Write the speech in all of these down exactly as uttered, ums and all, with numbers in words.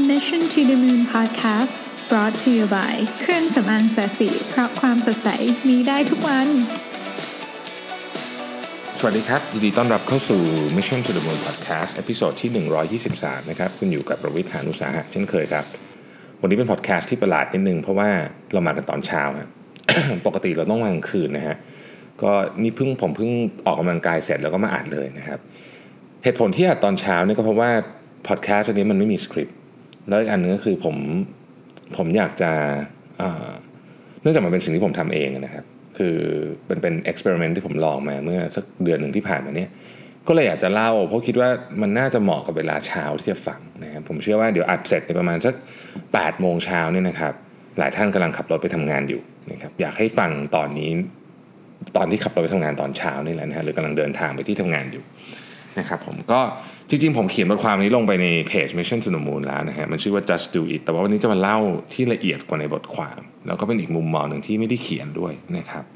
Mission to the Moon Podcast brought to you by เครื่องสำอางแสสีเพราะความสดใสมีได้ทุกวันสวัสดีครับยินดีต้อนรับเข้าสู่ Mission to the Moon Podcast ตอนที่หนึ่งร้อยยี่สิบสามนะครับคุณอยู่กับประวิทย์ หาญอุตสาหะเช่นเคยครับวันนี้เป็นพอดแคสต์ที่ประหลาดนิดนึงเพราะว่าเรามากันตอนเช้าฮะ ปกติเราต้องมากลางคืนนะฮะก็นี่เพิ่งผมเพิ่งออกกำลังกายเสร็จแล้วก็มาอัดเลยนะครับเหตุผลที่อัดตอนเช้านี่ก็เพราะว่าพอดแคสต์อันนี้มันไม่มีสคริปต์แล้วอีกอันนึงก็คือผมผมอยากจะเอ่อเนื่องจากมันเป็นสิ่งที่ผมทำเองนะครับคือเป็นเป็นเอ็กซ์เพริเมนต์ที่ผมลองมาเมื่อสักเดือนหนึ่งที่ผ่านมาเนี่ยก็เลยอยากจะเล่าเพราะคิดว่ามันน่าจะเหมาะกับเวลาเช้าที่จะฟังนะครับผมเชื่อว่าเดี๋ยวอัดเสร็จในประมาณสักแปดโมงเช้าเนี่ยนะครับหลายท่านกำลังขับรถไปทำงานอยู่นะครับอยากให้ฟังตอนนี้ตอนที่ขับรถไปทำงานตอนเช้านี่แหละนะฮะหรือกำลังเดินทางไปที่ทำงานอยู่นะครับผมก็จริงๆผมเขียนบทความนี้ลงไปในเพจ Mission to the Moon แล้วนะฮะมันชื่อว่า just do it แต่ว่าวันนี้จะมาเล่าที่ละเอียดกว่าในบทความแล้วก็เป็นอีกมุมมองหนึ่งที่ไม่ได้เขียนด้วยนะครับ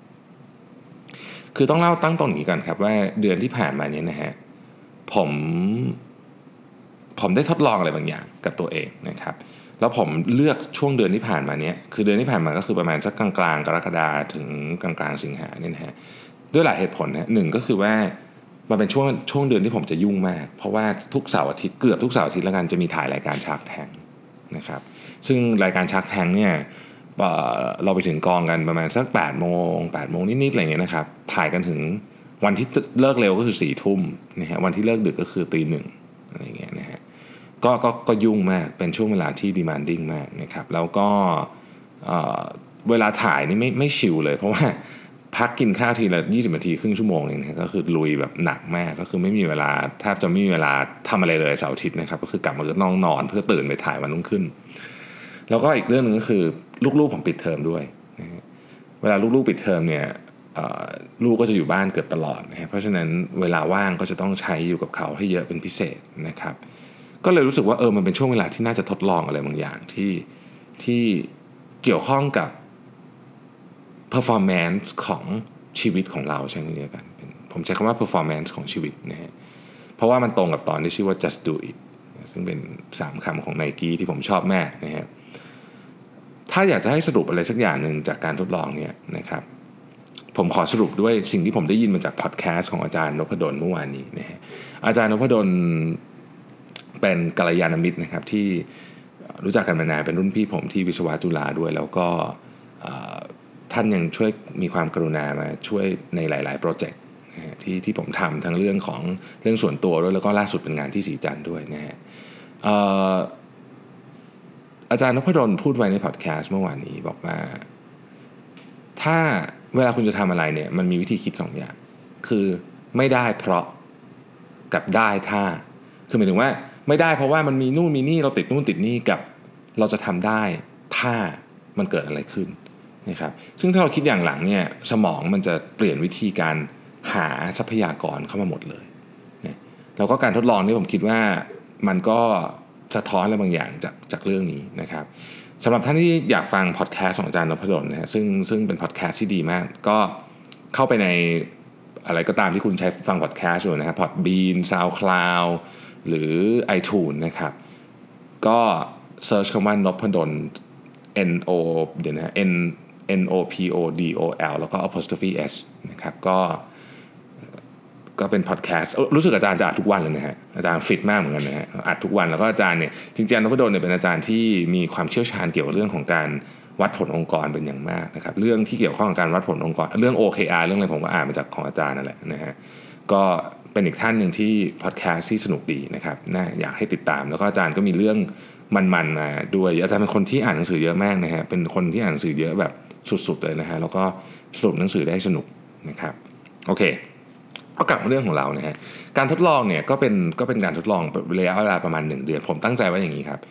คือต้องเล่าตั้งต้นอย่างนี้ก่อนครับว่าเดือนที่ผ่านมานี้นะฮะผมผมได้ทดลองอะไรบางอย่างกับตัวเองนะครับแล้วผมเลือกช่วงเดือนที่ผ่านมานี้คือเดือนที่ผ่านมาก็คือประมาณสักกลางๆกรกฎาคมถึงกลางๆสิงหาเนี่ยนะฮะด้วยหลายเหตุผลนะหนึ่งก็คือว่ามันเป็นช่วงช่วงเดือนที่ผมจะยุ่งมากเพราะว่าทุกเสาร์อาทิตย์เกือบทุกเสาร์อาทิตย์แล้วกันจะมีถ่ายรายการ Shark Tank นะครับซึ่งรายการ Shark Tank เนี่ยเราไปถึงกองกันประมาณสักแปดโมงแปดโมงนิดๆอะไรเงี้ยนะครับถ่ายกันถึงวันที่เลิกเร็วก็คือสี่ทุ่มนะฮะวันที่เลิกดึกก็คือตีหนึ่งอะไรเงี้ยนะฮะก็ก็ก็ยุ่งมากเป็นช่วงเวลาที่ demanding มากนะครับแล้วก็เอ่อเวลาถ่ายนี่ไม่ไม่ชิลเลยเพราะว่าพักกินข้าวทีละยี่สิบนาทีครึ่งชั่วโมงเองนะก็คือลุยแบบหนักมากก็คือไม่มีเวลาแทบจะไม่มีเวลาทำอะไรเลยเสาร์อาทิตย์นะครับก็คือกลับมาก็นอนนอนเพื่อตื่นไปถ่ายวันรุ่งขึ้นแล้วก็อีกเรื่องนึงก็คือลูกๆผมปิดเทอมด้วยนะฮะเวลาลูกๆปิดเทอมเนี่ยลูกก็จะอยู่บ้านเกือบตลอดนะฮะเพราะฉะนั้นเวลาว่างก็จะต้องใช้อยู่กับเขาให้เยอะเป็นพิเศษนะครับก็เลยรู้สึกว่าเออมันเป็นช่วงเวลาที่น่าจะทดลองอะไรบางอย่างที่ที่เกี่ยวข้องกับ performance ของชีวิตของเราใช่ไหมเดียวกันผมใช้คำว่า performance ของชีวิตนะฮะเพราะว่ามันตรงกับตอนที่ชื่อว่า just do it ซึ่งเป็นสามคำของ Nike ที่ผมชอบมากนะฮะถ้าอยากจะให้สรุปอะไรสักอย่างหนึ่งจากการทดลองเนี่ยนะครับผมขอสรุปด้วยสิ่งที่ผมได้ยินมาจากพอดแคสต์ของอาจารย์นพดลเมื่อวานนี้นะฮะอาจารย์นพดลเป็นกัลยาณมิตรนะครับที่รู้จักกันมานานเป็นรุ่นพี่ผมที่วิศวะจุฬาด้วยแล้วก็ท่านยังช่วยมีความกรุณามาช่วยในหลายๆโปรเจกต์นะฮะที่ที่ผมทำทั้งเรื่องของเรื่องส่วนตัวด้วยแล้วก็ล่าสุดเป็นงานที่ศรีจันทร์ด้วยนะฮะอาจารย์นพดลพูดไว้ในพอดแคสต์เมื่อวานนี้บอกว่าถ้าเวลาคุณจะทำอะไรเนี่ยมันมีวิธีคิดสองอย่างคือไม่ได้เพราะกับได้ถ้าคือหมายถึงว่าไม่ได้เพราะว่ามันมีนู่นมีนี่เราติดนู่นติดนี่กับเราจะทำได้ถ้ามันเกิดอะไรขึ้นนะครับซึ่งถ้าเราคิดอย่างหลังเนี่ยสมองมันจะเปลี่ยนวิธีการหาทรัพยากรเข้ามาหมดเลยนะแล้วก็การทดลองนี่ผมคิดว่ามันก็สะท้อนอะไรบางอย่างจากจากเรื่องนี้นะครับสำหรับท่านที่อยากฟังพอดแคสต์ของอาจารย์นพดลนะฮะซึ่งซึ่งเป็นพอดแคสต์ที่ดีมากก็เข้าไปในอะไรก็ตามที่คุณใช้ฟังพอดแคสต์อยู่นะฮะ Podbean SoundCloud หรือ iTunes นะครับก็เซิร์ชคำว่านพดล N O เดี๋ยวนะ N N O P O D O L แล้วก็ apostrophe S นะครับก็ก็เป็นพอดแคสต์รู้สึกอาจารย์จะอัดทุกวันเลยนะฮะอาจารย์ฟิตมากเหมือนกันนะฮะอัดทุกวันแล้วก็อาจารย์เนี่ยจริงๆนพดลเนี่ยเป็นอาจารย์ที่มีความเชี่ยวชาญเกี่ยวกับเรื่องของการวัดผลองค์กรเป็นอย่างมากนะครับเรื่องที่เกี่ยวข้องกับการวัดผลองค์กรเรื่อง โอ เค อาร์ เรื่องอะไรผมก็อ่านมาจากของอาจารย์นั่นแหละนะฮะก็เป็นอีกท่านหนึ่งที่พอดแคสต์ที่สนุกดีนะครับน่าอยากให้ติดตามแล้วก็อาจารย์ก็มีเรื่องมันๆมาด้วยอาจารย์เป็นคนที่อ่านหนังสือเยอะมากนะฮะเป็นคนที่อ่านหนังสือเยอะแบบสุดๆเลยนะฮะแล้วก็สรุปหนังสือได้สนุกนะครับโอเคก็กลับมาเรื่องของเรานะฮะการทดลองเนี่ยก็เป็นก็เป็นการทดลองระยะเวลาประมาณหนึ่งเดือนผมตั้งใจไว้อย่างนี้ครับ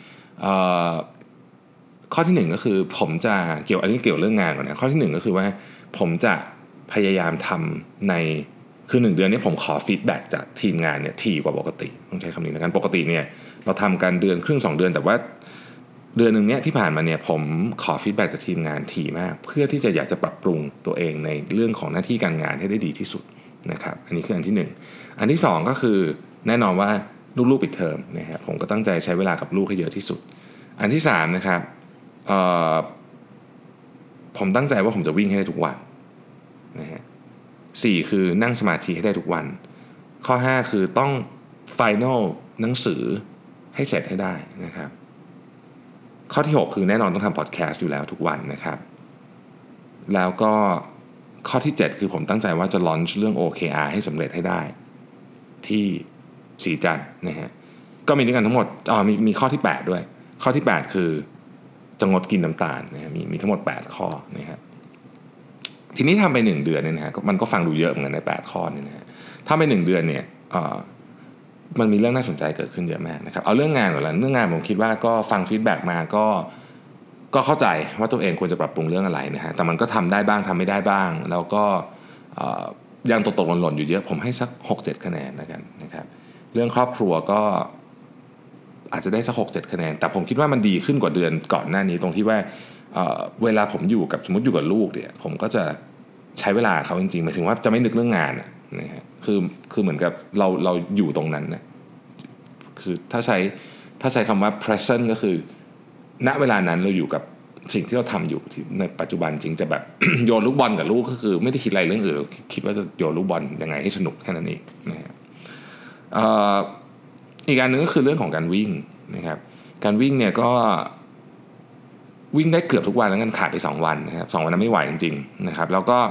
ข้อที่หนึ่งก็คือผมจะเกี่ยวอันนี้เกี่ยวเรื่องงานก่อนนะข้อที่หนึ่งก็คือว่าผมจะพยายามทำในคือหนึ่งเดือนนี้ผมขอฟีดแบ็กจากทีมงานเนี่ยถี่กว่าปกติต้องใช้คำนี้นะกันปกติเนี่ยเราทำกันเดือนครึ่งสองเดือนแต่ว่าเดือนนึงเนี้ยที่ผ่านมาเนี่ยผมขอฟีดแบ็กจากทีมงานถี่มากเพื่อที่จะอยากจะปรับปรุงตัวเองในเรื่องของหน้าที่การงานให้ได้ดีที่สุดนะครับอันนี้คืออันที่หนึ่งอันที่สองก็คือแน่นอนว่าลูกๆปิดเทอมนะครับผมก็ตั้งใจใช้เวลากับลูกให้เยอะที่สุดอันที่สามนะครับเอ่อผมตั้งใจว่าผมจะวิ่งให้ได้ทุกวันนะฮะสี่คือนั่งสมาธิให้ได้ทุกวันข้อห้าคือต้องไฟนอลหนังสือให้เสร็จให้ได้นะครับข้อที่หกคือแน่นอนต้องทำพอดแคสต์อยู่แล้วทุกวันนะครับแล้วก็ข้อที่เจ็ดคือผมตั้งใจว่าจะลอนช์เรื่อง โอ เค อาร์ ให้สำเร็จให้ได้ที่สีจันทร์นะฮะก็มีด้วยกันทั้งหมดอ๋อมีมีข้อที่แปดด้วยข้อที่แปดคือจะงดกินน้ำตาลนะฮะมีมีทั้งหมดแปดข้อนะฮะทีนี้ทำไปหนึ่งเดือนเนี่ยนะฮะมันก็ฟังดูเยอะเหมือนกันในแปดข้อเนี่ยนะฮะถ้าไปหนึ่งเดือนเนี่ยเอ่อมันมีเรื่องน่าสนใจเกิดขึ้นเยอะมากนะครับเอาเรื่องงานก่อนละเรื่องงานผมคิดว่าก็ฟังฟีดแบ็กมาก็ก็เข้าใจว่าตัวเองควรจะปรับปรุงเรื่องอะไรนะฮะแต่มันก็ทำได้บ้างทำไม่ได้บ้างแล้วก็ยังตกๆหล่นๆอยู่เยอะผมให้สัก หกเจ็ด คะแนนแล้วกันนะครับเรื่องครอบครัวก็อาจจะได้สัก หกเจ็ด คะแนนแต่ผมคิดว่ามันดีขึ้นกว่าเดือนก่อนหน้านี้ตรงที่ว่า เอ่อ เวลาผมอยู่กับสมมติอยู่กับลูกเนี่ยผมก็จะใช้เวลาเขาจริงๆหมายถึงว่าจะไม่นึกเรื่องงานนะฮะคือคือเหมือนกับเราเราอยู่ตรงนั้นนะคือถ้าใช้ถ้าใช้คำว่า present ก็คือณเวลานั้นเราอยู่กับสิ่งที่เราทำอยู่ในปัจจุบันจริงจะแบบ โยนลูกบอลกับลูกก็คือไม่ได้คิดอะไรเรื่องอื่นคิดว่าจะโยนลูกบอลยังไงให้สนุกแค่นั้นเองนะฮะอีกอันนึงก็คือเรื่องของการวิ่งนะครับการวิ่งเนี่ยก็วิ่งได้เกือบทุกวันแล้วกันขาดไปสองวันนะครับสองวันนั้นไม่ไหวจริงๆนะครับแล้วก็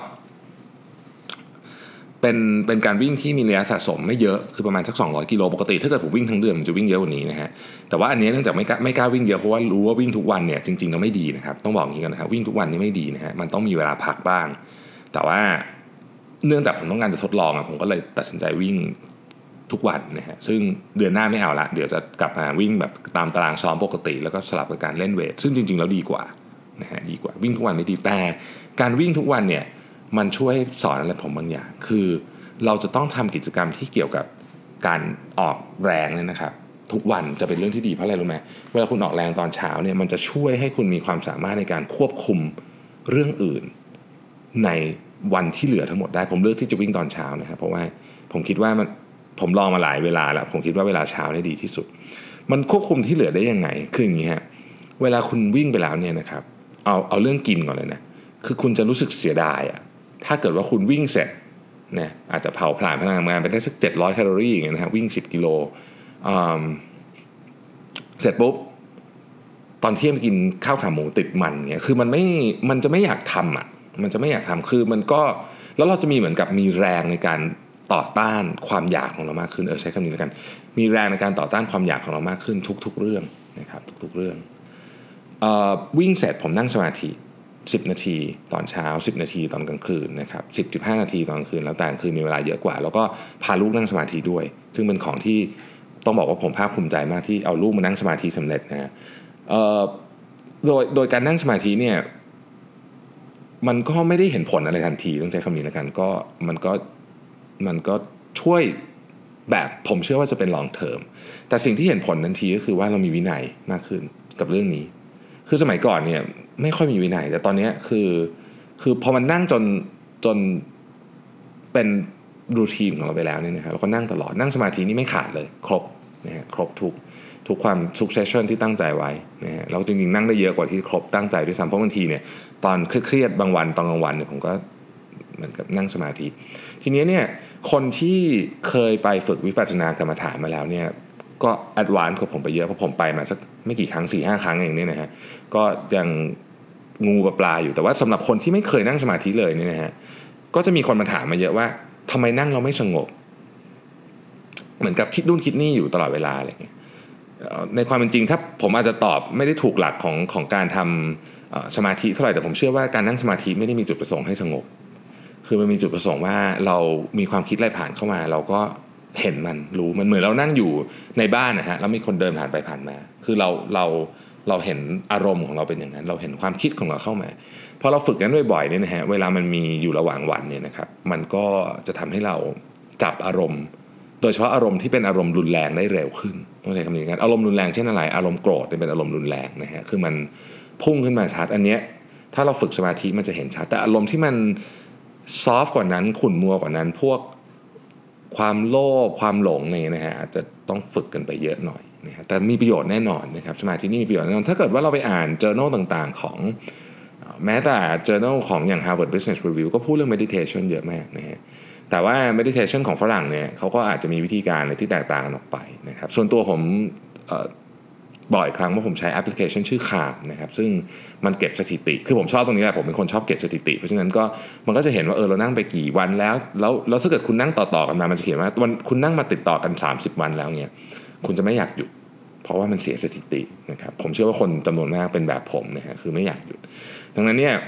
เป็นเป็นการวิ่งที่มีระยะสะสมไม่เยอะคือประมาณสักสองร้อยกิโลปกติถ้าเกิดผมวิ่งทั้งเดือนผมจะวิ่งเยอะกว่านี้นะฮะแต่ว่าอันนี้เนื่องจากไม่กล้าไม่กล้าวิ่งเยอะเพราะว่ารู้ว่าวิ่งทุกวันเนี่ยจริงๆแล้วไม่ดีนะครับต้องบอกอย่างนี้กันนะครับวิ่งทุกวันนี่ไม่ดีนะฮะมันต้องมีเวลาพักบ้างแต่ว่าเนื่องจากผมต้องการจะทดลองอ่ะผมก็เลยตัดสินใจวิ่งทุกวันนะฮะซึ่งเดือนหน้าไม่เอาละเดี๋ยวจะกลับมาวิ่งแบบตามตารางซ้อมปกติแล้วก็สลับกับการเล่นเวทซึ่งจริงๆแล้วดีกว่านะฮะดีกว่าวิ่งทุกวันไม่ดีแต่การวิ่งทุกวันเนี่ยมันช่วยสอนอะไรผมบางอย่างคือเราจะต้องทำกิจกรรมที่เกี่ยวกับการออกแรงเนี่ยนะครับทุกวันจะเป็นเรื่องที่ดีเพราะอะไรรู้ไหมเวลาคุณออกแรงตอนเช้าเนี่ยมันจะช่วยให้คุณมีความสามารถในการควบคุมเรื่องอื่นในวันที่เหลือทั้งหมดได้ผมเลือกที่จะวิ่งตอนเช้านะครับเพราะว่าผมคิดว่ามันผมลองมาหลายเวลาแล้วผมคิดว่าเวลาเช้าเนี่ยดีที่สุดมันควบคุมที่เหลือได้ยังไงคืออย่างนี้ฮะเวลาคุณวิ่งไปแล้วเนี่ยนะครับเอาเอาเรื่องกินก่อนเลยนะคือคุณจะรู้สึกเสียดายอะถ้าเกิดว่าคุณวิ่งเสร็จเนี่ยอาจจะเผาผลาญพลังงานไปได้สักเจ็ดร้อยแคลอรี่อย่างเงี้ยนะฮะวิ่งสิบกิโลเสร็จปุ๊บตอนเที่ยงไปกินข้าวขาหมูติดมันเงี้ยคือมันไม่มันจะไม่อยากทำอ่ะมันจะไม่อยากทำคือมันก็แล้วเราจะมีเหมือนกับมีแรงในการต่อต้านความอยากของเรามากขึ้นเออใช้คำนี้แล้วกันมีแรงในการต่อต้านความอยากของเรามากขึ้นทุกๆเรื่องนะครับทุกๆเรื่องเอ่อวิ่งเสร็จผมนั่งสมาธิสิบนาทีตอนเช้าสิบนาทีตอนกลางคืนนะครับสิบ สิบห้านาทีตอนกลางคืนแล้วแต่กลางคืนมีเวลาเยอะกว่าแล้วก็พาลูกนั่งสมาธิด้วยซึ่งเป็นของที่ต้องบอกว่าผมภาคภูมิใจมากที่เอาลูกมานั่งสมาธิสำเร็จนะฮะเอ่อโดยโดยการนั่งสมาธิเนี่ยมันก็ไม่ได้เห็นผลอะไรทันทีต้องใช้คำนี้แล้วกันก็มันก็มันก็ช่วยแบบผมเชื่อว่าจะเป็น long term แต่สิ่งที่เห็นผลทันทีก็คือว่าเรามีวินัยมากขึ้นกับเรื่องนี้คือสมัยก่อนเนี่ยไม่ค่อยมีวินัยแต่ตอนนี้คือคือพอมันนั่งจนจนเป็นรูทีนของเราไปแล้วเนี่ยนะครับเราก็นั่งตลอดนั่งสมาธินี่ไม่ขาดเลยครบนะฮะครบทุกทุกความทุกเซสชั่นที่ตั้งใจไว้นะฮะเราจริงๆนั่งได้เยอะกว่าที่ครบตั้งใจด้วยซ้ำเพราะบางทีเนี่ยตอนเครียดๆบางวันตอนกลางวันเนี่ยผมก็เหมือนกับนั่งสมาธิทีนี้เนี่ยคนที่เคยไปฝึกวิปัสสนากรรมฐานมาแล้วเนี่ยก็แอดวานซ์กว่าผมไปเยอะเพราะผมไปมาสักไม่กี่ครั้ง สี่ห้า ครั้งเองเนี่ยนะฮะก็ยังงูปลาอยู่แต่ว่าสำหรับคนที่ไม่เคยนั่งสมาธิเลยเนี่ยนะฮะก็จะมีคนมาถามมาเยอะว่าทำไมนั่งเราไม่สงบเหมือนกับคิดนู่นคิดนี่อยู่ตลอดเวลาอะไรเงี้ยในความเป็นจริงถ้าผมอาจจะตอบไม่ได้ถูกหลักของของการทำสมาธิเท่าไหร่แต่ผมเชื่อว่าการนั่งสมาธิไม่ได้มีจุดประสงค์ให้สงบคือมันมีจุดประสงค์ว่าเรามีความคิดอะไรผ่านเข้ามาเราก็เห็นมันรู้มันเหมือนเรานั่งอยู่ในบ้านนะฮะแล้วมีคนเดินผ่านไปผ่านมาคือเราเราเราเห็นอารมณ์ของเราเป็นอย่างนั้นเราเห็นความคิดของเราเข้ามาพอเราฝึกกันบ่อยๆเนี่ยนะฮะเวลามันมีอยู่ระหว่างวันเนี่ยนะครับมันก็จะทำให้เราจับอารมณ์โดยเฉพาะอารมณ์ที่เป็นอารมณ์รุนแรงได้เร็วขึ้นต้องใช้คำนี้กันอารมณ์รุนแรงเช่นอะไรอารมณ์โกรธเป็นอารมณ์รุนแรงนะฮะคือมันพุ่งขึ้นมาชัดอันเนี้ยถ้าเราฝึกสมาธิมันจะเห็นชัดแต่อารมณ์ที่มันซอฟต์กว่านั้นขุ่นมัวกว่านั้นพวกความโลภความหลงเนี่ยนะฮะอาจจะต้องฝึกกันไปเยอะหน่อยนะฮะแต่มีประโยชน์แน่นอนนะครับสมาธินี่มีประโยชน์แน่นอนถ้าเกิดว่าเราไปอ่าน journal ต่างๆของแม้แต่ journal ของอย่าง Harvard Business Review ก็พูดเรื่อง meditation เยอะมากนะฮะแต่ว่า meditation ของฝรั่งเนี่ยเขาก็อาจจะมีวิธีการอะไรที่แตกต่างกันออกไปนะครับส่วนตัวผมบ่อยครั้งว่าผมใช้แอปพลิเคชันชื่อ Calm นะครับซึ่งมันเก็บสถิติคือผมชอบตรงนี้แหละผมเป็นคนชอบเก็บสถิติเพราะฉะนั้นก็มันก็จะเห็นว่าเออเรานั่งไปกี่วันแล้วแล้วแล้วถ้าเกิดคุณนั่งต่อๆกันมามันจะเขียนว่าวันคุณนั่งมาติดต่อกันสามสิบวันแล้วเนี่ยคุณจะไม่อยากหยุดเพราะว่ามันเสียสถิตินะครับผมเชื่อว่าคนจำนวนมากเป็นแบบผมนะฮะคือไม่อยากหยุดดังนั้นเนี่ย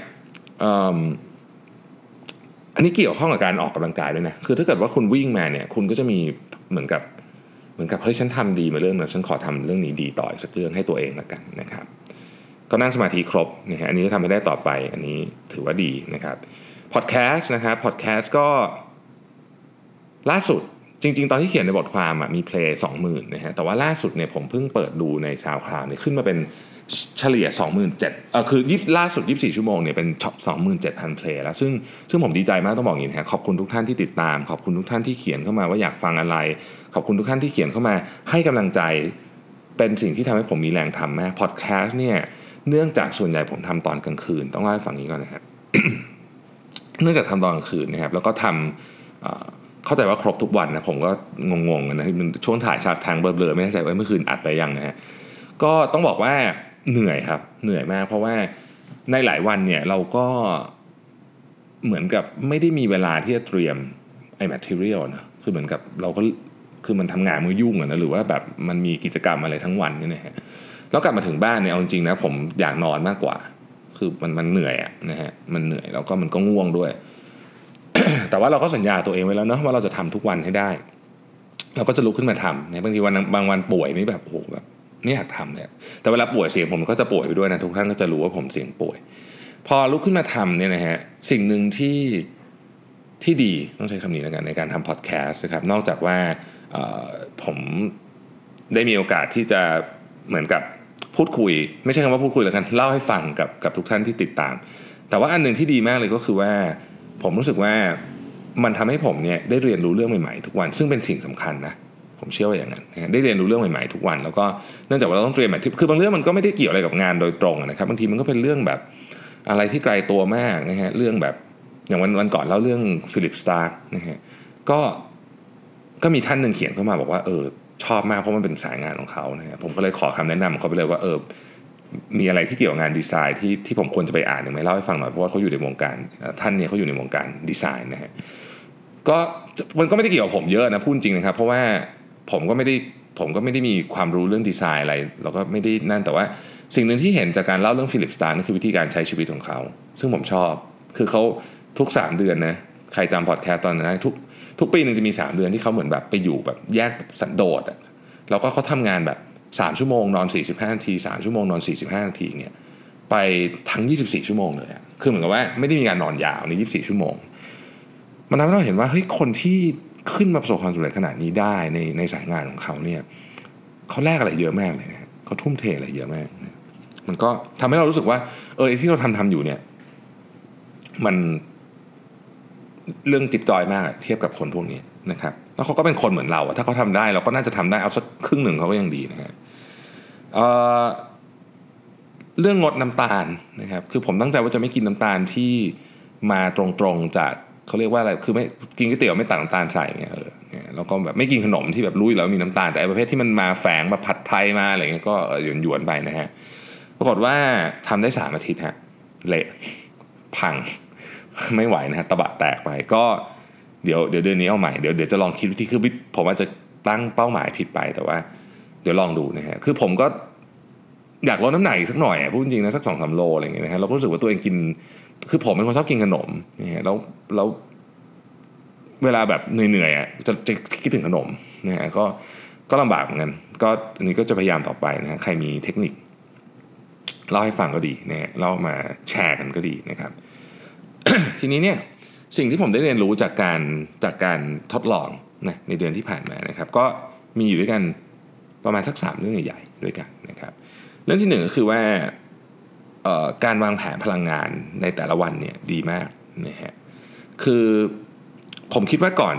อันนี้เกี่ยวข้องกับการออกกำลังกายด้วยนะคือถ้าเกิดว่าคุณวิ่งมาเนี่ยคุณก็จะมีเหมือนกับเหมือนกับเฮ้ยฉันทำดีมาเรื่องนึงฉันขอทำเรื่องนี้ดีต่ออีกสักเรื่องให้ตัวเองละกันนะครับก็นั่งสมาธิครบนะฮะอันนี้จะทำให้ได้ต่อไปอันนี้ถือว่าดีนะครับพอดแคสต์นะครับพอดแคสต์ก็ล่าสุดจริงๆตอนที่เขียนในบทความอ่ะมีเพลย์ สองหมื่น นะฮะแต่ว่าล่าสุดเนี่ยผมเพิ่งเปิดดูใน SoundCloud เนี่ยขึ้นมาเป็นเฉลี่ย สองหมื่นเจ็ดพัน เอ่อคือล่าสุดยี่สิบสี่ชั่วโมงเนี่ยเป็น สองหมื่นเจ็ดพัน เพลย์แล้วซึ่งซึ่งผมดีใจมากต้องบอกอย่างนี้นะฮะขอบคุณทุกท่านที่ติดตามขอบคุณทุกท่านที่เขียนเข้ามาว่าอยากฟังอะไรขอบคุณทุกท่านที่เขียนเข้ามาให้กำลังใจเป็นสิ่งที่ทำให้ผมมีแรงทำมากพอดแคสต์เนี่ยเนื่องจากส่วนใหญ่ผมทำตอนกลางคืนต้องเล่าให้ฟังนี้ก่อนนะฮะ เนื่องจากทำตอนกลางคืนนะครับแล้วก็ทำเข้าใจว่าครบทุกวันนะผมก็งงๆนะช่วงถ่ายฉากทางเบลอๆไม่แน่ใจว่าเมื่อคืนอัดไปยังนะฮะก็ต้องบอกว่าเหนื่อยครับเหนื่อยมากเพราะว่าในหลายวันเนี่ยเราก็เหมือนกับไม่ได้มีเวลาที่จะเตรียมไอ้ material นะคือเหมือนกับเราก็คือมันทำงานมือยุ่งอะนะหรือว่าแบบมันมีกิจกรรมอะไรทั้งวันนี่นะฮะแล้วกลับมาถึงบ้านเนี่ยเอาจริงๆนะผมอยากนอนมากกว่าคือมันมันเหนื่อยอะนะฮะมันเหนื่อยแล้วก็มันก็ง่วงด้วย แต่ว่าเราก็สัญญาตัวเองไว้แล้วเนาะว่าเราจะทำทุกวันให้ได้เราก็จะลุกขึ้นมาทำนะบางทีวันบางวันป่วยนี่แบบโอ้โหแบบไม่อยากทำเลยแต่เวลาป่วยเสียงผมก็จะป่วยไปด้วยนะทุกท่านก็จะรู้ว่าผมเสียงป่วยพอลุกขึ้นมาทำเนี่ยนะฮะสิ่งหนึ่งที่ที่ดีต้องใช้คำนี้แล้วกันในการทำพอดแคสต์นะครับนอกจากว่าผมได้มีโอกาสที่จะเหมือนกับพูดคุยไม่ใช่คำว่าพูดคุยแล้วกันเล่าให้ฟังกับกับทุกท่านที่ติดตามแต่ว่าอันนึงที่ดีมากเลยก็คือว่าผมรู้สึกว่ามันทำให้ผมเนี่ยได้เรียนรู้เรื่องใหม่ๆทุกวันซึ่งเป็นสิ่งสำคัญนะผมเชื่อว่าอย่างนั้นได้เรียนรู้เรื่องใหม่ๆทุกวันแล้วก็เนื่องจากว่าเราต้องเตรียมแบบคือบางเรื่องมันก็ไม่ได้เกี่ยวอะไรกับงานโดยตรงนะครับบางทีมันก็เป็นเรื่องแบบอะไรที่ไกลตัวมากนะฮะเรื่องแบบอย่างวันวันก่อนเล่าเรื่องฟิลิปสตาร์กนะฮะก็ก็มีท่านหนึ่งเขียนเข้ามาบอกว่าเออชอบมากเพราะมันเป็นสายงานของเขานะฮะผมก็เลยขอคำแนะนำเขาไปเลยว่าเออมีอะไรที่เกี่ยวกับงานดีไซน์ที่ที่ผมควรจะไปอ่านหรือไม่เล่าให้ฟังหน่อยเพราะว่าเขาอยู่ในวงการท่านเนี่ยเขาอยู่ในวงการดีไซน์นะฮะก็มันก็ไม่ได้เกี่ยวกับผมเยอะนะพูดจริงนะครับเพราะว่าผมก็ไม่ได้ผมก็ไม่ได้มีความรู้เรื่องดีไซน์อะไรเราก็ไม่ได้นั่นแต่ว่าสิ่งหนึ่งที่เห็นจากการเล่าเรื่องฟิลิปสตาร์นั่นคือวิธีการใช้ชีวิตของเขาซึ่งผมชอบคือเขาทุกสามเดือนนะใครจำพอดแคสต์ตอนนั้นทุกทุกปีนึงจะมีสามเดือนที่เขาเหมือนแบบไปอยู่แบบแยกสันโดษอ่ะแล้วก็เขาทำงานแบบสามชั่วโมงนอนสี่สิบห้านาทีสามชั่วโมงนอนสี่สิบห้านาทีเนี่ยไปทั้งยี่สิบสี่ชั่วโมงเลยอ่ะคือเหมือนกับว่าไม่ได้มีการนอนยาวในยี่สิบสี่ชั่วโมงมันทำให้เราเห็นว่าเฮ้ยคนที่ขึ้นมาประสบความสำเร็จขนาดนี้ได้ในในสายงานของเขาเนี่ยเขาแลกอะไรเยอะมากเลยนะเขาทุ่มเทอะไรเยอะมากนะมันก็ทำให้เรารู้สึกว่าเออที่เราทำทำอยู่เนี่ยมันเรื่องจิ๊บจอยมากเทียบกับคนพวกนี้นะครับแล้วเขาก็เป็นคนเหมือนเราถ้าเขาทำได้เราก็น่าจะทำได้เอาสักครึ่งหนึ่งเขาก็ยังดีนะฮะ เอ่อเรื่องงดน้ำตาลนะครับคือผมตั้งใจว่าจะไม่กินน้ำตาลที่มาตรงๆจากเขาเรียกว่าอะไรคือไม่กินก๋วยเตี๋ยวไม่ตักน้ำตาลใส่เงี้ยเออเนี่ยแล้วก็แบบไม่กินขนมที่แบบลุยแล้วมีน้ำตาลแต่ไอ้ประเภทที่มันมาแฝงแบบผัดไทยมาอะไรเงี้ยก็หยวนๆไปนะฮะปรากฏว่าทำได้สามอาทิตย์ฮะเละพังไม่ไหวนะฮะตะบะแตกไปก็เดี๋ยวเดี๋ยวเดือนนี้เอาใหม่เดี๋ยวเดี๋ยวจะลองคิดวิธีคือผมอาจจะตั้งเป้าหมายผิดไปแต่ว่าเดี๋ยวลองดูนะฮะคือผมก็อยากลดน้ำหนักอีกสักหน่อยอ่ะพูดจริงนะสัก สองถึงสาม โลอะไรอย่างเงี้ยนะฮะเราก็รู้สึกว่าตัวเองกินคือผมเป็นคนชอบกินขนมนะฮะแล้วแล้วเวลาแบบเหนื่อยๆอ่ะจะจะคิดถึงขนมนะฮะก็ก็ลำบากเหมือนกันก็อันนี้ก็จะพยายามต่อไปนะฮะใครมีเทคนิคเล่าให้ฟังก็ดีนะฮะเล่ามาแชร์กันก็ดีนะครับ ทีนี้เนี่ยสิ่งที่ผมได้เรียนรู้จากการจากการทดลองนะในเดือนที่ผ่านมานะครับก็มีอยู่ด้วยกันประมาณสักสามเรื่องใหญ่ๆด้วยกันนะครับเรื่องที่หนึ่งก็คือว่าการวางแผนพลังงานในแต่ละวันเนี่ยดีมากนะฮะคือผมคิดว่าก่อน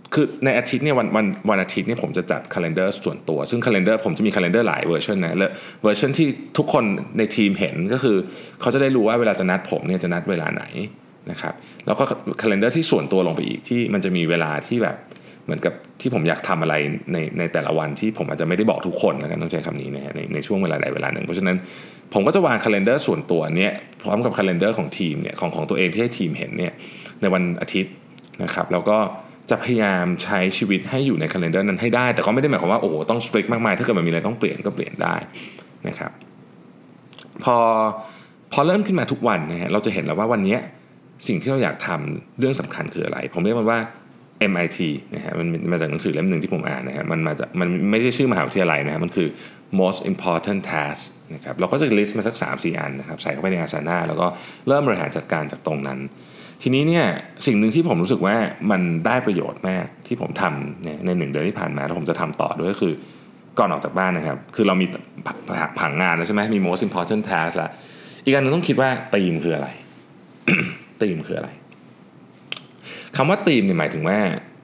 คือในอาทิตย์เนี่ยวันวันวันอาทิตย์เนี่ยผมจะจัด calendar ส่วนตัวซึ่ง calendar ผมจะมี calendar หลายเวอร์ชันนะและเวอร์ชันที่ทุกคนในทีมเห็นก็คือเขาจะได้รู้ว่าเวลาจะนัดผมเนี่ยจะนัดเวลาไหนนะครับแล้วก็ calendar ที่ส่วนตัวลงไปอีกที่มันจะมีเวลาที่แบบเหมือนกับที่ผมอยากทำอะไรในในแต่ละวันที่ผมอาจจะไม่ได้บอกทุกคนแล้วกันต้องใช้คำนี้นะฮะในในช่วงเวลาใดเวลาหนึ่งเพราะฉะนั้นผมก็จะวาง calendar ส่วนตัวเนี่ยพร้อมกับ calendar ของทีมเนี่ยของของตัวเองที่ให้ทีมเห็นเนี่ยในวันอาทิตย์นะครับแล้วก็จะพยายามใช้ชีวิตให้อยู่ใน calendar นั้นให้ได้แต่ก็ไม่ได้หมายความว่าโอ้โหต้อง strict มากมายถ้าเกิดมันมีอะไรต้องเปลี่ยนก็เปลี่ยนได้นะครับพอพอเริ่มขึ้นมาทุกวันนะฮะเราจะเห็นแล้วว่าวันนี้สิ่งที่เราอยากทำเรื่องสำคัญคืออะไรผมเรียกมันว่า เอ็ม ไอ ที นะฮะมันมาจากหนังสือเล่มหนึ่งที่ผมอ่านนะฮะมันมาจากมันไม่ใช่ชื่อมหาวิทยาลัยนะฮะมันคือ most important task นะครับเราก็จะ list มาสัก สามสี่ อันนะครับใส่เข้าไปใน Asana แล้วก็เริ่มบริหารจัดการจากตรงนั้นทีนี้เนี่ยสิ่งหนึ่งที่ผมรู้สึกว่ามันได้ประโยชน์มากที่ผมทำเนี่ยในหนึ่งเดือนที่ผ่านมาแล้วผมจะทำต่อด้วยก็คือก่อนออกจากบ้านนะครับคือเรามีผังงานแล้วใช่ไหมมี most important task ละอีกอันนึงต้องคิดว่าธีมคืออะไร ธีมคืออะไรคำว่าธีมเนี่ยหมายถึงว่า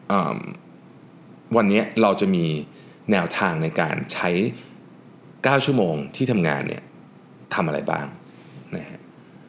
วันนี้เราจะมีแนวทางในการใช้เก้าชั่วโมงที่ทำงานเนี่ยทำอะไรบ้างนะฮะ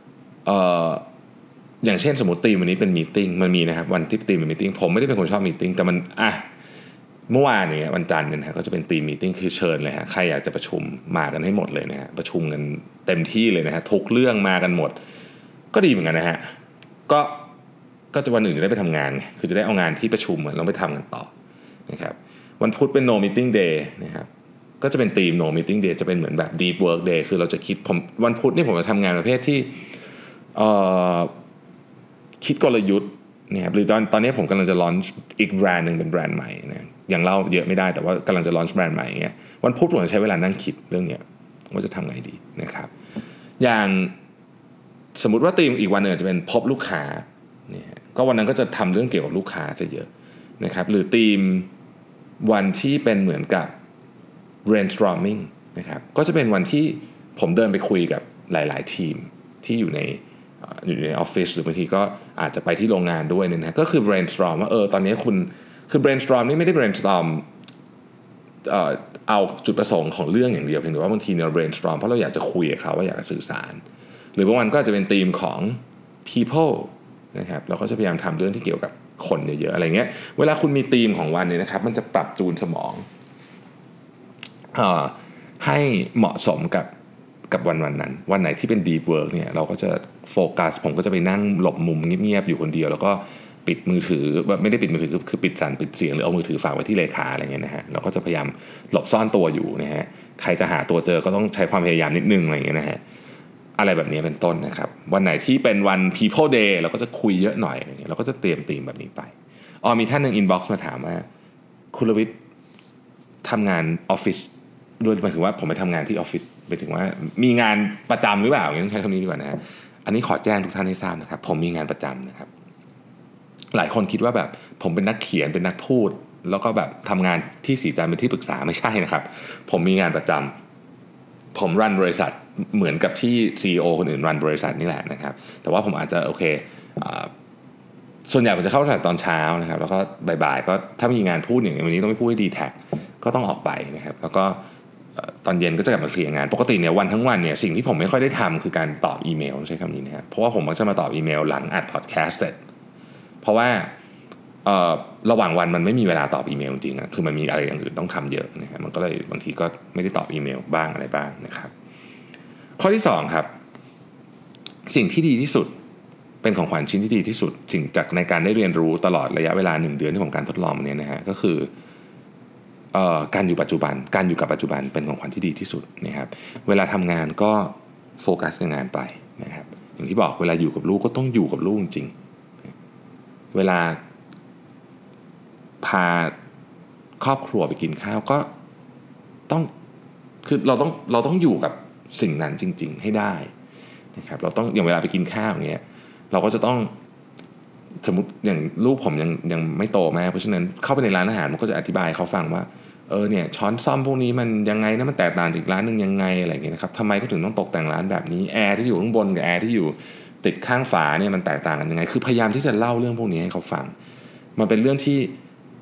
อย่างเช่นสมมติธีมวันนี้เป็นมีตติ้งมันมีนะครับวันที่ธีมเป็นมีตติ้งผมไม่ได้เป็นคนชอบมีตติ้งแต่มันอ่ะเมื่อวานเนี่ยวันจันทร์เนี่ยนะก็จะเป็นธีมมีตติ้งคือเชิญเลยฮะใครอยากจะประชุมมากันให้หมดเลยนะฮะประชุมกันเต็มที่เลยนะฮะทุกเรื่องมากันหมดก็ดีเหมือนกันนะฮะก็ก็จะวันอื่นจะได้ไปทำงานคือจะได้เอางานที่ประชุมเราไปทำกันต่อนะครับวันพุธเป็น no meeting day นะครับก็จะเป็นธีม no meeting day จะเป็นเหมือนแบบ deep work day คือเราจะคิดผมวันพุธนี่ผมจะทำงานประเภทที่เอ่อคิดกลยุทธ์นะครับหรือตอนตอนนี้ผมกำลังจะ launch อีกแบรนด์นึงเป็นแบรนด์ใหม่นะยังเล่าเยอะไม่ได้แต่ว่ากำลังจะ launch แบรนด์ใหม่เงี้ยวันพุธผมจะใช้เวลานั่งคิดเรื่องนี้ว่าจะทำไงดีนะครับอย่างสมมุติว่าธีมอีกวันนึงจะเป็นพบลูกค้าเนี่ยก็วันนั้นก็จะทำเรื่องเกี่ยวกับลูกค้าซะเยอะนะครับหรือธีมวันที่เป็นเหมือนกับ brainstorming นะครับก็จะเป็นวันที่ผมเดินไปคุยกับหลายๆทีมที่อยู่ในอยู่ในออฟฟิศหรือบางทีก็อาจจะไปที่โรงงานด้วยเนี่ยนะก็คือ brainstorm ว่าเออตอนนี้คุณคือ brainstorm นี่ไม่ได้ brainstorm เอ่อเอาจุดประสงค์ของเรื่องอย่างเดียวเพียงแต่ว่าบางทีเรา brainstorm เพราะเราอยากจะคุยกับเขาว่าอยากจะสื่อสารหรือบางวันก็จะเป็นธีมของ people นะครับเราก็จะพยายามทำเรื่องที่เกี่ยวกับคนเยอะๆอะไรเงี้ยเวลาคุณมีธีมของวันเนี่ยนะครับมันจะปรับจูนสมองเอ่อให้เหมาะสมกับกับวันวันนั้นวันไหนที่เป็น deep work เนี่ยเราก็จะโฟกัสผมก็จะไปนั่งหลบมุมเงียบๆอยู่คนเดียวแล้วก็ปิดมือถือแบบไม่ได้ปิดมือถือคือคือปิดสั่นปิดเสียงหรือเอามือถือฝากไว้ที่เลขาอะไรเงี้ยนะฮะเราก็จะพยายามหลบซ่อนตัวอยู่นะฮะใครจะหาตัวเจอก็ต้องใช้ความพยายามนิดนึงอะไรเงี้ยนะฮะอะไรแบบนี้เป็นต้นนะครับวันไหนที่เป็นวัน people day เราก็จะคุยเยอะหน่อยอะไรเงี้ยเราก็จะเตรียมธีมแบบนี้ไปอ๋อมีท่านนึง inbox มาถามว่าคุณรวิทย์ทำงานออฟฟิศโดยหมายถึงว่าผมไปทำงานที่ออฟฟิศหมายถึงว่ามีงานประจำหรือเปล่าอย่างนี้ต้องใช้คำนี้ดีกว่านะอันนี้ขอแจ้งทุกท่านให้ทราบนะครับผมมีงานประจำนะครับหลายคนคิดว่าแบบผมเป็นนักเขียนเป็นนักพูดแล้วก็แบบทำงานที่สีจันทร์เป็นที่ปรึกษาไม่ใช่นะครับผมมีงานประจำผมรันบริษัทเหมือนกับที่ ซี อี โอ คนอื่นรันบริษัทนี่แหละนะครับแต่ว่าผมอาจจะโอเคส่วนใหญ่ผมจะเข้าบริษัทตอนเช้านะครับแล้วก็บ่ายๆก็ถ้ามีงานพูดอย่างวันนี้ต้องไปพูดให้ดีแท็กก็ต้องออกไปนะครับแล้วก็ตอนเย็นก็จะกลับมาเคลียร์งานปกติเนี่ยวันทั้งวันเนี่ยสิ่งที่ผมไม่ค่อยได้ทำคือการตอบอีเมลใช้คำนี้นะครับเพราะว่าผมก็จะมาตอบอีเมลหลังอัดพอดแคสต์เสร็จเพราะว่าระหว่างวันมันไม่มีเวลาตอบอีเมลจริงๆอ่ะคือมันมีอะไรอย่างอื่นต้องทำเยอะนะครับมันก็เลยบางทีก็ไม่ได้ตอบอีเมลบ้างอะไรบ้างนะครับข้อที่สองครับสิ่งที่ดีที่สุดเป็นของขวัญชิ้นที่ดีที่สุดสิ่งจากในการได้เรียนรู้ตลอดระยะเวลาหนึ่งเดือนที่ผมการทดลองเนี่ยนะฮะก็คือเอ่อการอยู่ปัจจุบันการอยู่กับปัจจุบันเป็นของขวัญที่ดีที่สุดนะครับเวลาทำงานก็โฟกัสกับงานไปนะครับอย่างที่บอกเวลาอยู่กับลูกก็ต้องอยู่กับลูกจริงเวลาพาครอบครัวไปกินข้าวก็ต้องคือเราต้องเราต้องอยู่กับสิ่งนั้นจริงๆให้ได้นะครับเราต้องอย่างเวลาไปกินข้าวอย่างเงี้ยเราก็จะต้องสมมติอย่างลูกผมยังยังไม่โตมากเพราะฉะนั้นเข้าไปในร้านอาหารมันก็จะอธิบายเขาฟังว่าเออเนี่ยช้อนซ่อมพวกนี้มันยังไงนะมันแตกต่างจากร้านนึงยังไงอะไรอย่างเงี้ยนะครับทำไมเขาถึงต้องตกแต่งร้านแบบนี้แอร์ที่อยู่ข้างบนกับแอร์ที่อยู่ติดข้างฝาเนี่ยมันแตกต่างกันยังไงคือพยายามที่จะเล่าเรื่องพวกนี้ให้เขาฟังมันเป็นเรื่องที่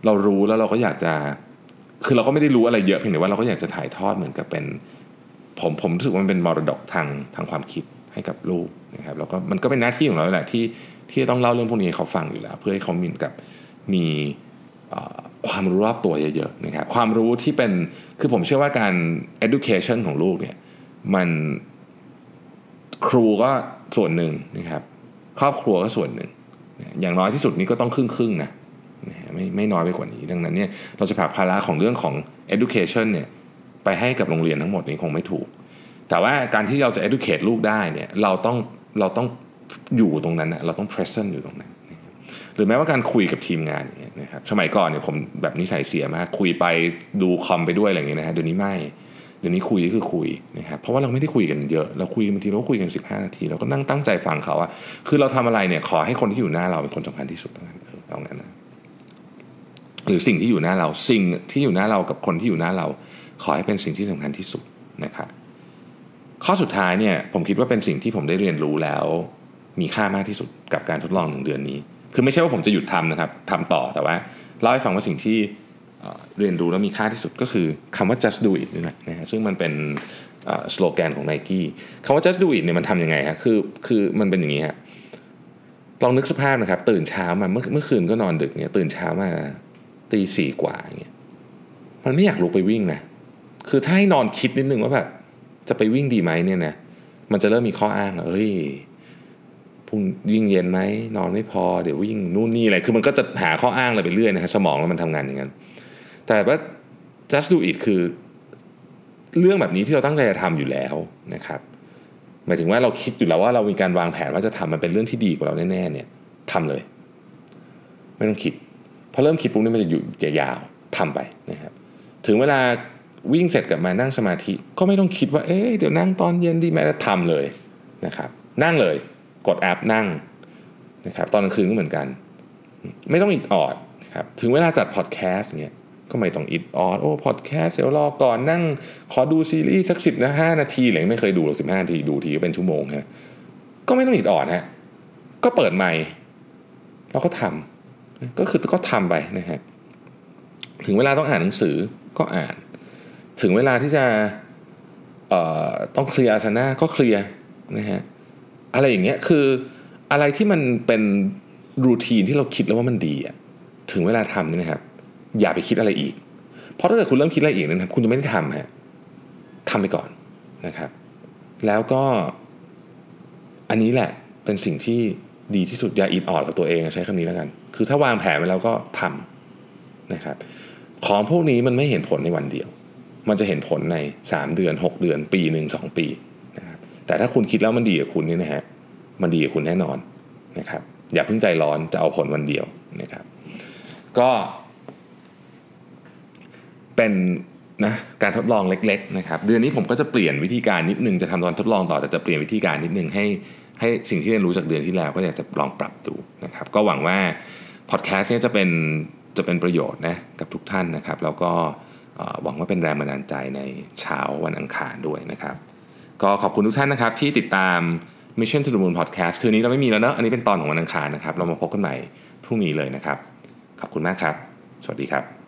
เรารู้แล้วเราก็อยากจะคือเราก็ไม่ได้รู้อะไรเยอะเพียงแต่ว่าเราก็อยากจะถ่ายทอดเหมือนกับเป็นผมผมรู้สึกว่ามันเป็นมรดกทางทางความคิดให้กับลูกนะครับแล้วก็มันก็เป็นหน้าที่ของเราแหละที่ที่จะต้องเล่าเรื่องพวกนี้ให้เขาฟังอยู่แล้วเพื่อให้เขามีกับมีความรู้รอบตัวเยอะๆนะครับความรู้ที่เป็นคือผมเชื่อว่าการ education ของลูกเนี่ยมันครูก็ส่วนหนึ่งนะครับครอบครัวก็ส่วนหนึ่งอย่างน้อยที่สุดนี่ก็ต้องครึ่งๆนะไม่ไม่น้อยไปกว่านี้ดังนั้นเนี่ยเราจะผลักภาระของเรื่องของ education เนี่ยไปให้กับโรงเรียนทั้งหมดนี้คงไม่ถูกแต่ว่าการที่เราจะ educate ลูกได้เนี่ยเราต้องเราต้องอยู่ตรงนั้นนะเราต้อง present อยู่ตรงนั้นหรือแม้ว่าการคุยกับทีมงานเนี่ยนะครับสมัยก่อนเนี่ยผมแบบนิสัยเสียมากคุยไปดูคอมไปด้วยอะไรอย่างเงี้ยนะฮะเดี๋ยวนี้ไม่เดี๋ยวนี้คุยก็คือคุยนะครับเพราะว่าเราไม่ได้คุยกันเยอะเราคุยบางทีเราก็คุยกันสิบห้านาทีเราก็นั่งตั้งใจฟังเขาอะคือเราทำอะไรเนี่ยขอให้คนที่อยู่หน้าเราเป็นคนสำคัญที่สุดเท่านั้นเอางั้นนะหรือสิ่งที่อยู่หน้าเราสิ่งที่อยู่หน้าเรากับคนที่อยู่หน้าเราขอให้เป็นสิ่งที่สำคัญที่สุดนะครับข้อสุดท้ายเนี่ยผมคิดว่าเป็นสิ่งที่ผมได้เรียนรู้แล้วมีค่ามากที่สุดกับการทดลองหนึ่งเดือนนี้คือไม่ใช่ว่าผมจะหยุดทำนะครับทำต่อแต่ว่าเล่าให้ฟังว่าสิ่งที่เรียนรู้แล้วมีค่าที่สุดก็คือคำว่า just do it นี่แหละนะฮะซึ่งมันเป็นสโลแกนของ Nike คำว่า just do it เนี่ยมันทำยังไงฮะคือคือมันเป็นอย่างนี้ฮะลองนึกสภาพนะครับตื่นเช้ามาเมื่อเมื่อคืนก็นอนดึกเนี่ยตื่นเช้ามาตีสี่กว่าอย่างเงี้ยมันไม่อยากลุกไปวิ่งนะคือถ้าให้นอนคิดนิดนึงว่าแบบจะไปวิ่งดีไหมเนี่ยนะมันจะเริ่มมีข้ออ้างเอ้ยพุ่งวิ่งเย็นไหมนอนไม่พอเดี๋ยววิ่งนู่นนี่อะไรคือมันก็จะหาข้ออ้างอะไรไปเรื่อยนะฮะสมองแล้วมันทำงานอย่างนั้นแต่ว่า just do it คือเรื่องแบบนี้ที่เราตั้งใจจะทำอยู่แล้วนะครับหมายถึงว่าเราคิดอยู่แล้วว่าเรามีการวางแผนว่าจะทำมันเป็นเรื่องที่ดีกว่าเราแน่ๆเนี่ยทำเลยไม่ต้องคิดพอเริ่มคิดปุ๊บนี่มันจะอยู่จะยาวทำไปนะครับถึงเวลาวิ่งเสร็จกลับมานั่งสมาธิก็ไม่ต้องคิดว่าเอ๊ะเดี๋ยวนั่งตอนเย็นดีไหมทำเลยนะครับนั่งเลยกดแอปนั่งนะครับตอนกลางคืนก็เหมือนกันไม่ต้องอิดออดนะครับถึงเวลาจัดพอดแคสต์เนี่ยก็ไม่ต้องอิดออดโอ้พอดแคสต์เดี๋ยวรอก่อนนั่งขอดูซีรีส์สักสิบนะห้านาทีอะไรไม่เคยดูหรอกสิบห้านาทีดูทีก็เป็นชั่วโมงฮะก็ไม่ต้องอิดออดฮะก็เปิดไมค์แล้วก็ทำก็คือก็ทำไปนะฮะถึงเวลาต้องอ่านหนังสือก็อ่านถึงเวลาที่จะเอ่อต้องเคลียร์อาสนะก็เคลียร์นะฮะอะไรอย่างเงี้ยคืออะไรที่มันเป็นรูทีนที่เราคิดแล้วว่ามันดีอ่ะถึงเวลาทำนี่นะครับอย่าไปคิดอะไรอีกเพราะถ้าเกิดคุณเริ่มคิดอะไรอีกนะครับคุณจะไม่ได้ทำฮะทำไปก่อนนะครับแล้วก็อันนี้แหละเป็นสิ่งที่ดีที่สุดอย่าอิดออดกับตัวเองใช้คำนี้แล้วกันคือถ้าวางแผนไว้แล้วก็ทำนะครับของพวกนี้มันไม่เห็นผลในวันเดียวมันจะเห็นผลในสามเดือนหกเดือนปีหนึ่ง สองปีนะครับแต่ถ้าคุณคิดแล้วมันดีกับคุณนี่นะฮะมันดีกับคุณแน่นอนนะครับอย่าเพิ่งใจร้อนจะเอาผลวันเดียวนะครับก็เป็นนะการทดลองเล็กๆนะครับเดือนนี้ผมก็จะเปลี่ยนวิธีการนิดนึงจะทำตอนทดลองต่อแต่จะเปลี่ยนวิธีการนิดนึงให้ให้สิ่งที่เรียนรู้จากเดือนที่แล้วก็อยากจะลองปรับดูนะครับก็หวังว่าพอดแคสต์นี้จะเป็นจะเป็นประโยชน์นะกับทุกท่านนะครับแล้วก็หวังว่าเป็นแรงบันดาลใจในเช้าวันอังคารด้วยนะครับก็ขอบคุณทุกท่านนะครับที่ติดตาม Mission to the Moon Podcast คืนนี้เราไม่มีแล้วเนอะอันนี้เป็นตอนของวันอังคารนะครับเรามาพบกันใหม่พรุ่งนี้เลยนะครับขอบคุณมากครับสวัสดีครับ